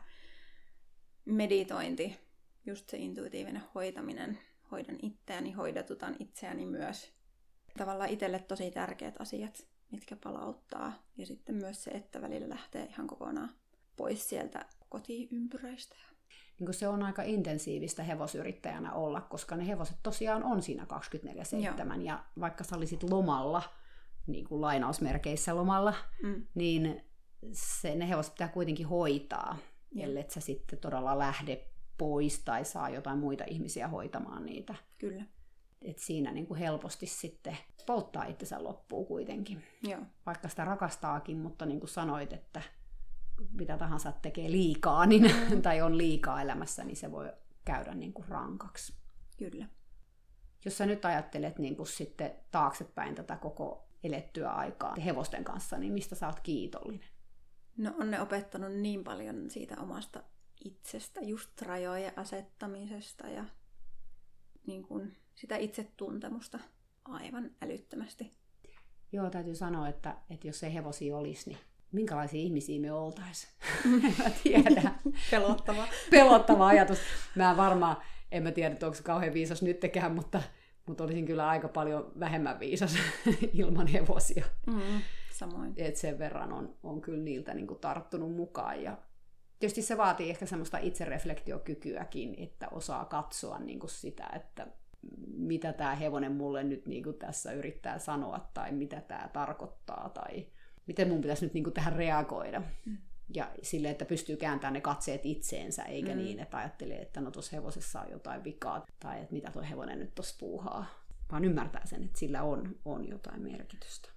B: meditointi, just se intuitiivinen hoitaminen, hoidan itseäni, hoidatutan itseäni myös. Tavallaan itselle tosi tärkeät asiat, mitkä palauttaa. Ja sitten myös se, että välillä lähtee ihan kokonaan pois sieltä kotiympyräistä.
A: Niin se on aika intensiivistä hevosyrittäjänä olla, koska ne hevoset tosiaan on siinä kaksikymmentäneljä seitsemän. Ja vaikka sä olisit lomalla, niin kuin lainausmerkeissä lomalla, mm. niin se, ne hevoset pitää kuitenkin hoitaa, ellei sä sitten todella lähde pois tai saa jotain muita ihmisiä hoitamaan niitä.
B: Kyllä.
A: Et siinä niin kuin helposti sitten polttaa itsensä loppuun kuitenkin.
B: Joo.
A: Vaikka sitä rakastaakin, mutta niin kuin sanoit, että mitä tahansa tekee liikaa niin, mm. tai on liikaa elämässä, niin se voi käydä niin kuin rankaksi.
B: Kyllä.
A: Jos sä nyt ajattelet niin kuin sitten taaksepäin tätä koko elettyä aikaa hevosten kanssa, niin mistä sä oot kiitollinen?
B: No on ne opettanut niin paljon siitä omasta itsestä, just rajojen asettamisesta ja niin kuin sitä itsetuntemusta aivan älyttömästi.
A: Joo, täytyy sanoa, että, että jos ei hevosia olisi, niin minkälaisia ihmisiä me oltaisiin? Mä tiedän.
B: Pelottava.
A: Pelottava ajatus. Mä varmaan, en mä tiedä, onko se kauhean viisas nyttekään, mutta, mutta olisin kyllä aika paljon vähemmän viisas ilman hevosia.
B: Mm, samoin.
A: Et sen verran on, on kyllä niiltä niin kuin tarttunut mukaan. Ja tietysti se vaatii ehkä semmoista itsereflektiokykyäkin, että osaa katsoa niin kuin sitä, että mitä tämä hevonen mulle nyt niin kuin tässä yrittää sanoa, tai mitä tämä tarkoittaa, tai miten mun pitäisi nyt niin kuin tähän reagoida. Mm. Ja silleen, että pystyy kääntämään ne katseet itseensä, eikä mm. niin, että ajattelee, että no tuossa hevosessa on jotain vikaa, tai että mitä tuo hevonen nyt tuossa puuhaa. Vaan ymmärtää sen, että sillä on, on jotain merkitystä.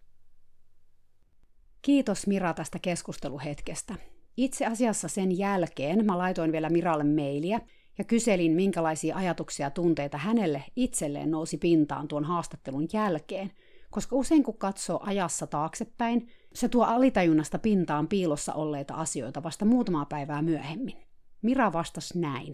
A: Kiitos Mira tästä keskusteluhetkestä. Itse asiassa sen jälkeen mä laitoin vielä Miralle mailia ja kyselin, minkälaisia ajatuksia ja tunteita hänelle itselleen nousi pintaan tuon haastattelun jälkeen, koska usein kun katsoo ajassa taaksepäin, se tuo alitajunnasta pintaan piilossa olleita asioita vasta muutamaa päivää myöhemmin. Mira vastasi näin.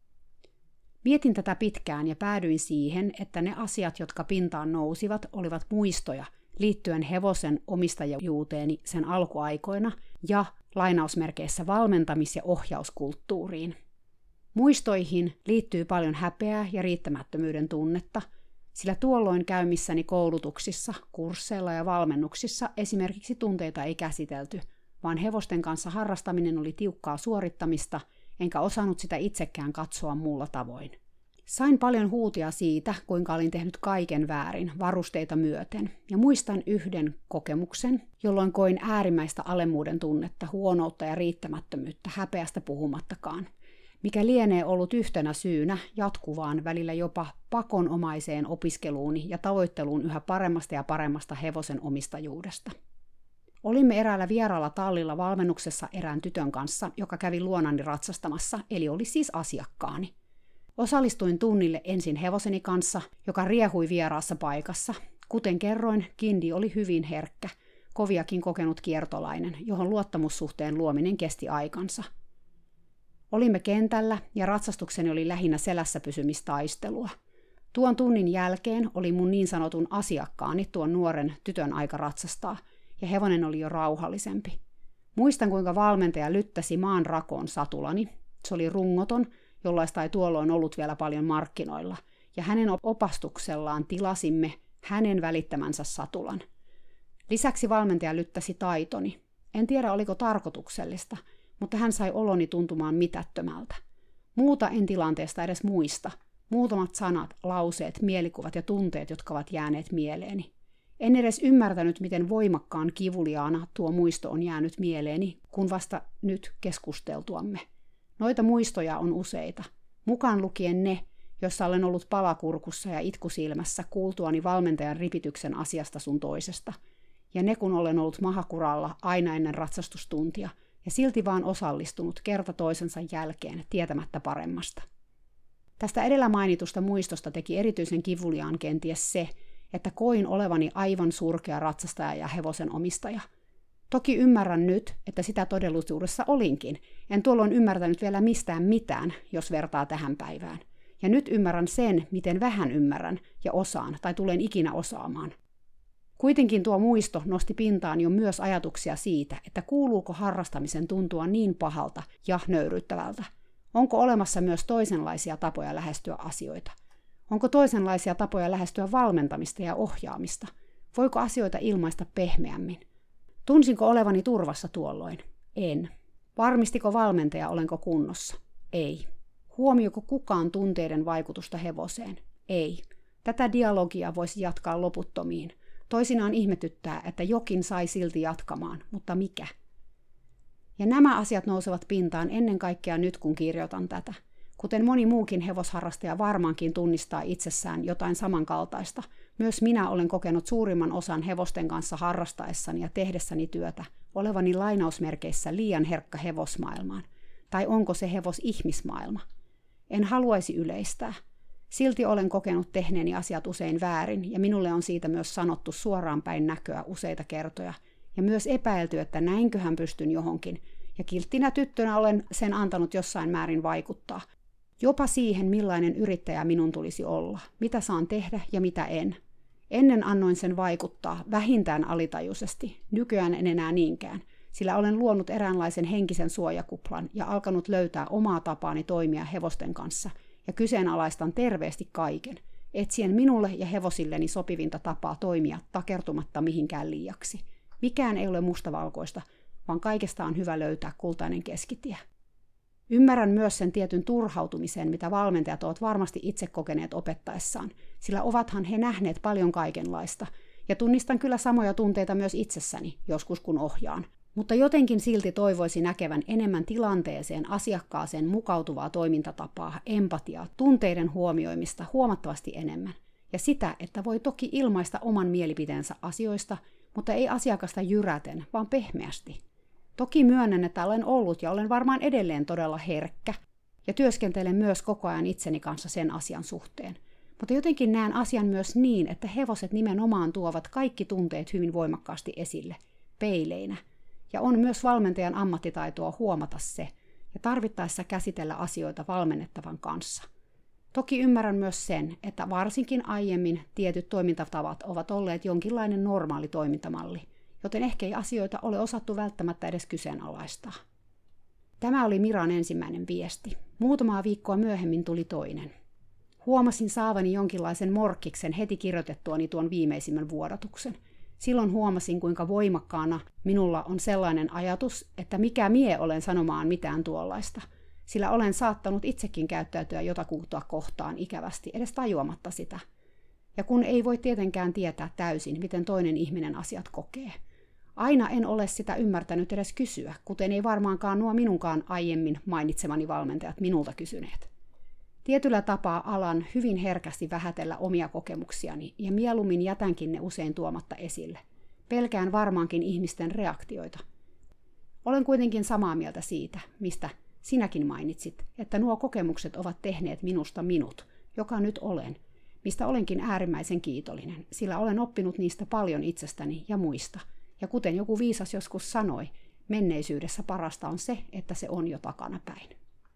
A: Mietin tätä pitkään ja päädyin siihen, että ne asiat, jotka pintaan nousivat, olivat muistoja liittyen hevosen omistajuuteeni sen alkuaikoina ja lainausmerkeissä valmentamis- ja ohjauskulttuuriin. Muistoihin liittyy paljon häpeää ja riittämättömyyden tunnetta, sillä tuolloin käymissäni koulutuksissa, kursseilla ja valmennuksissa esimerkiksi tunteita ei käsitelty, vaan hevosten kanssa harrastaminen oli tiukkaa suorittamista, enkä osannut sitä itsekään katsoa muulla tavoin. Sain paljon huutia siitä, kuinka olin tehnyt kaiken väärin varusteita myöten, ja muistan yhden kokemuksen, jolloin koin äärimmäistä alemmuuden tunnetta, huonoutta ja riittämättömyyttä, häpeästä puhumattakaan, mikä lienee ollut yhtenä syynä jatkuvaan välillä jopa pakonomaiseen opiskeluuni ja tavoitteluun yhä paremmasta ja paremmasta hevosen omistajuudesta. Olimme eräällä vieraalla tallilla valmennuksessa erään tytön kanssa, joka kävi luonani ratsastamassa, eli oli siis asiakkaani. Osallistuin tunnille ensin hevoseni kanssa, joka riehui vieraassa paikassa. Kuten kerroin, Kindi oli hyvin herkkä, koviakin kokenut kiertolainen, johon luottamussuhteen luominen kesti aikansa. Olimme kentällä ja ratsastukseni oli lähinnä selässä pysymistaistelua. Tuon tunnin jälkeen oli mun niin sanotun asiakkaani tuon nuoren tytön aika ratsastaa, ja hevonen oli jo rauhallisempi. Muistan, kuinka valmentaja lyttäsi maan rakoon satulani. Se oli rungoton, jollaista ei tuolloin ollut vielä paljon markkinoilla, ja hänen opastuksellaan tilasimme hänen välittämänsä satulan. Lisäksi valmentaja lyttäsi taitoni. En tiedä, oliko tarkoituksellista, mutta hän sai oloni tuntumaan mitättömältä. Muuta en tilanteesta edes muista. Muutamat sanat, lauseet, mielikuvat ja tunteet, jotka ovat jääneet mieleeni. En edes ymmärtänyt, miten voimakkaan kivuliaana tuo muisto on jäänyt mieleeni, kun vasta nyt keskusteltuamme. Noita muistoja on useita, Mukaan lukien ne, jossa olen ollut palakurkussa ja itku silmässä kuultuani valmentajan ripityksen asiasta sun toisesta. Ja ne kun olen ollut mahakuralla aina ennen ratsastustuntia ja silti vaan osallistunut kerta toisensa jälkeen tietämättä paremmasta. Tästä edellä mainitusta muistosta teki erityisen kivuliaan kenties se, että koin olevani aivan surkea ratsastaja ja hevosen omistaja. Toki ymmärrän nyt, että sitä todellisuudessa olinkin. En tuolloin ymmärtänyt vielä mistään mitään, jos vertaa tähän päivään. Ja nyt ymmärrän sen, miten vähän ymmärrän ja osaan tai tulen ikinä osaamaan. Kuitenkin tuo muisto nosti pintaan jo myös ajatuksia siitä, että kuuluuko harrastamisen tuntua niin pahalta ja nöyryyttävältä. Onko olemassa myös toisenlaisia tapoja lähestyä asioita? Onko toisenlaisia tapoja lähestyä valmentamista ja ohjaamista? Voiko asioita ilmaista pehmeämmin? Tunsinko olevani turvassa tuolloin? En. Varmistiko valmentaja, olenko kunnossa? Ei. Huomioiko kukaan tunteiden vaikutusta hevoseen? Ei. Tätä dialogia voisi jatkaa loputtomiin. Toisinaan ihmetyttää, että jokin sai silti jatkamaan, mutta mikä? Ja nämä asiat nousevat pintaan ennen kaikkea nyt, kun kirjoitan tätä. Kuten moni muukin hevosharrastaja varmaankin tunnistaa itsessään jotain samankaltaista, myös minä olen kokenut suurimman osan hevosten kanssa harrastaessani ja tehdessäni työtä, olevani lainausmerkeissä liian herkkä hevosmaailmaan. Tai onko se hevosihmismaailma? En haluaisi yleistää. Silti olen kokenut tehneeni asiat usein väärin, ja minulle on siitä myös sanottu suoraan päin näköä useita kertoja, ja myös epäilty, että näinköhän pystyn johonkin, ja kilttinä tyttönä olen sen antanut jossain määrin vaikuttaa. Jopa siihen, millainen yrittäjä minun tulisi olla, mitä saan tehdä ja mitä en. Ennen annoin sen vaikuttaa, vähintään alitajuisesti, nykyään en enää niinkään, sillä olen luonut eräänlaisen henkisen suojakuplan ja alkanut löytää omaa tapaani toimia hevosten kanssa, ja kyseenalaistan terveesti kaiken, etsien minulle ja hevosilleni sopivinta tapaa toimia takertumatta mihinkään liiaksi. Mikään ei ole mustavalkoista, vaan kaikesta on hyvä löytää kultainen keskitie. Ymmärrän myös sen tietyn turhautumisen, mitä valmentajat ovat varmasti itse kokeneet opettaessaan, sillä ovathan he nähneet paljon kaikenlaista, ja tunnistan kyllä samoja tunteita myös itsessäni, joskus kun ohjaan. Mutta jotenkin silti toivoisi näkevän enemmän tilanteeseen, asiakkaaseen mukautuvaa toimintatapaa, empatiaa, tunteiden huomioimista huomattavasti enemmän. Ja sitä, että voi toki ilmaista oman mielipiteensä asioista, mutta ei asiakasta jyräten, vaan pehmeästi. Toki myönnän, että olen ollut ja olen varmaan edelleen todella herkkä, ja työskentelen myös koko ajan itseni kanssa sen asian suhteen. Mutta jotenkin näen asian myös niin, että hevoset nimenomaan tuovat kaikki tunteet hyvin voimakkaasti esille, peileinä. Ja on myös valmentajan ammattitaitoa huomata se ja tarvittaessa käsitellä asioita valmennettavan kanssa. Toki ymmärrän myös sen, että varsinkin aiemmin tietyt toimintatavat ovat olleet jonkinlainen normaali toimintamalli, joten ehkä ei asioita ole osattu välttämättä edes kyseenalaistaa. Tämä oli Miran ensimmäinen viesti. Muutamaa viikkoa myöhemmin tuli toinen. Huomasin saavani jonkinlaisen morkkiksen heti kirjoitettuani tuon viimeisimmän vuodatuksen. Silloin huomasin, kuinka voimakkaana minulla on sellainen ajatus, että mikä mie olen sanomaan mitään tuollaista, sillä olen saattanut itsekin käyttäytyä jotakuta kohtaan ikävästi, edes tajuamatta sitä. Ja kun ei voi tietenkään tietää täysin, miten toinen ihminen asiat kokee. Aina en ole sitä ymmärtänyt edes kysyä, kuten ei varmaankaan nuo minunkaan aiemmin mainitsemani valmentajat minulta kysyneet. Tietyllä tapaa alan hyvin herkästi vähätellä omia kokemuksiani ja mieluummin jätänkin ne usein tuomatta esille. Pelkään varmaankin ihmisten reaktioita. Olen kuitenkin samaa mieltä siitä, mistä sinäkin mainitsit, että nuo kokemukset ovat tehneet minusta minut, joka nyt olen, mistä olenkin äärimmäisen kiitollinen, sillä olen oppinut niistä paljon itsestäni ja muista. Ja kuten joku viisas joskus sanoi, menneisyydessä parasta on se, että se on jo takanapäin.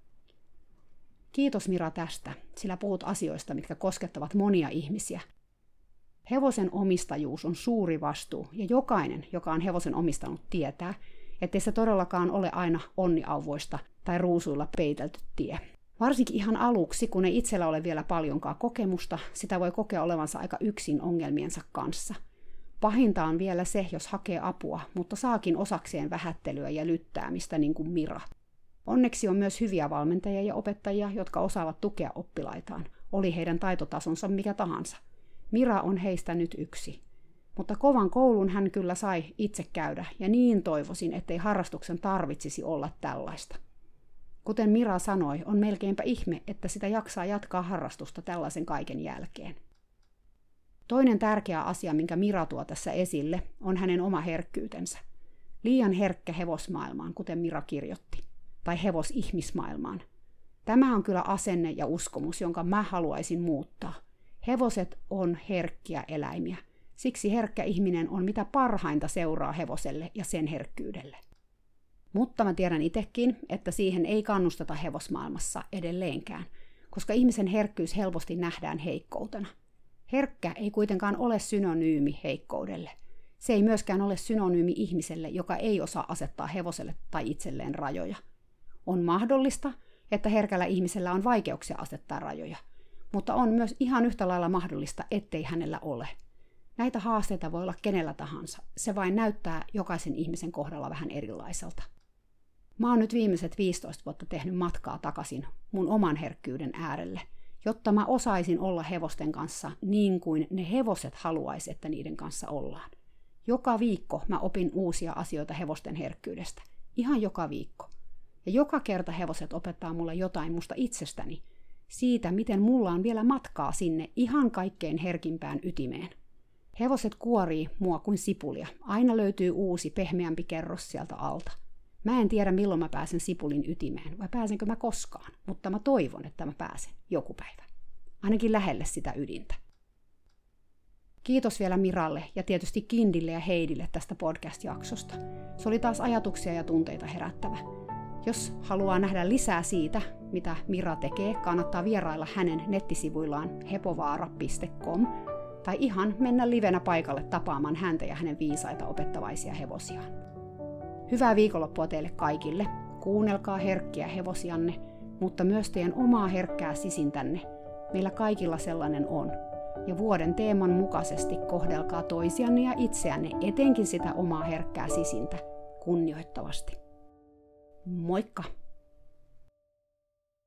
A: Kiitos Mira tästä, sillä puhut asioista, mitkä koskettavat monia ihmisiä. Hevosen omistajuus on suuri vastuu, ja jokainen, joka on hevosen omistanut, tietää, ettei se todellakaan ole aina onniauvoista tai ruusuilla peitelty tie. Varsinkin ihan aluksi, kun ei itsellä ole vielä paljonkaan kokemusta, sitä voi kokea olevansa aika yksin ongelmiensa kanssa. Pahinta on vielä se, jos hakee apua, mutta saakin osakseen vähättelyä ja lyttäämistä niin kuin Mira. Onneksi on myös hyviä valmentajia ja opettajia, jotka osaavat tukea oppilaitaan, oli heidän taitotasonsa mikä tahansa. Mira on heistä nyt yksi. Mutta kovan koulun hän kyllä sai itse käydä, ja niin toivoisin, ettei harrastuksen tarvitsisi olla tällaista. Kuten Mira sanoi, on melkeinpä ihme, että sitä jaksaa jatkaa harrastusta tällaisen kaiken jälkeen. Toinen tärkeä asia, minkä Mira tuo tässä esille, on hänen oma herkkyytensä. Liian herkkä hevosmaailmaan, kuten Mira kirjoitti, tai hevosihmismaailmaan. Tämä on kyllä asenne ja uskomus, jonka mä haluaisin muuttaa. Hevoset on herkkiä eläimiä. Siksi herkkä ihminen on mitä parhainta seuraa hevoselle ja sen herkkyydelle. Mutta mä tiedän itsekin, että siihen ei kannusteta hevosmaailmassa edelleenkään, koska ihmisen herkkyys helposti nähdään heikkoutena. Herkkä ei kuitenkaan ole synonyymi heikkoudelle. Se ei myöskään ole synonyymi ihmiselle, joka ei osaa asettaa hevoselle tai itselleen rajoja. On mahdollista, että herkällä ihmisellä on vaikeuksia asettaa rajoja, mutta on myös ihan yhtä lailla mahdollista, ettei hänellä ole. Näitä haasteita voi olla kenellä tahansa, se vain näyttää jokaisen ihmisen kohdalla vähän erilaiselta. Mä oon nyt viimeiset viisitoista vuotta tehnyt matkaa takaisin mun oman herkkyyden äärelle, jotta mä osaisin olla hevosten kanssa niin kuin ne hevoset haluaisi, että niiden kanssa ollaan. Joka viikko mä opin uusia asioita hevosten herkkyydestä. Ihan joka viikko. Ja joka kerta hevoset opettaa mulle jotain musta itsestäni, siitä miten mulla on vielä matkaa sinne ihan kaikkein herkimpään ytimeen. Hevoset kuorii mua kuin sipulia. Aina löytyy uusi, pehmeämpi kerros sieltä alta. Mä en tiedä, milloin mä pääsen sipulin ytimeen, vai pääsenkö mä koskaan, mutta mä toivon, että mä pääsen joku päivä. Ainakin lähelle sitä ydintä. Kiitos vielä Miralle ja tietysti Kindille ja Heidille tästä podcast-jaksosta. Se oli taas ajatuksia ja tunteita herättävä. Jos haluaa nähdä lisää siitä, mitä Mira tekee, kannattaa vierailla hänen nettisivuillaan hepovaara piste com tai ihan mennä livenä paikalle tapaamaan häntä ja hänen viisaita opettavaisia hevosiaan. Hyvää viikonloppua teille kaikille. Kuunnelkaa herkkiä hevosianne, mutta myös teidän omaa herkkää sisintänne. Meillä kaikilla sellainen on. Ja vuoden teeman mukaisesti kohdelkaa toisianne ja itseänne, etenkin sitä omaa herkkää sisintä, kunnioittavasti. Moikka!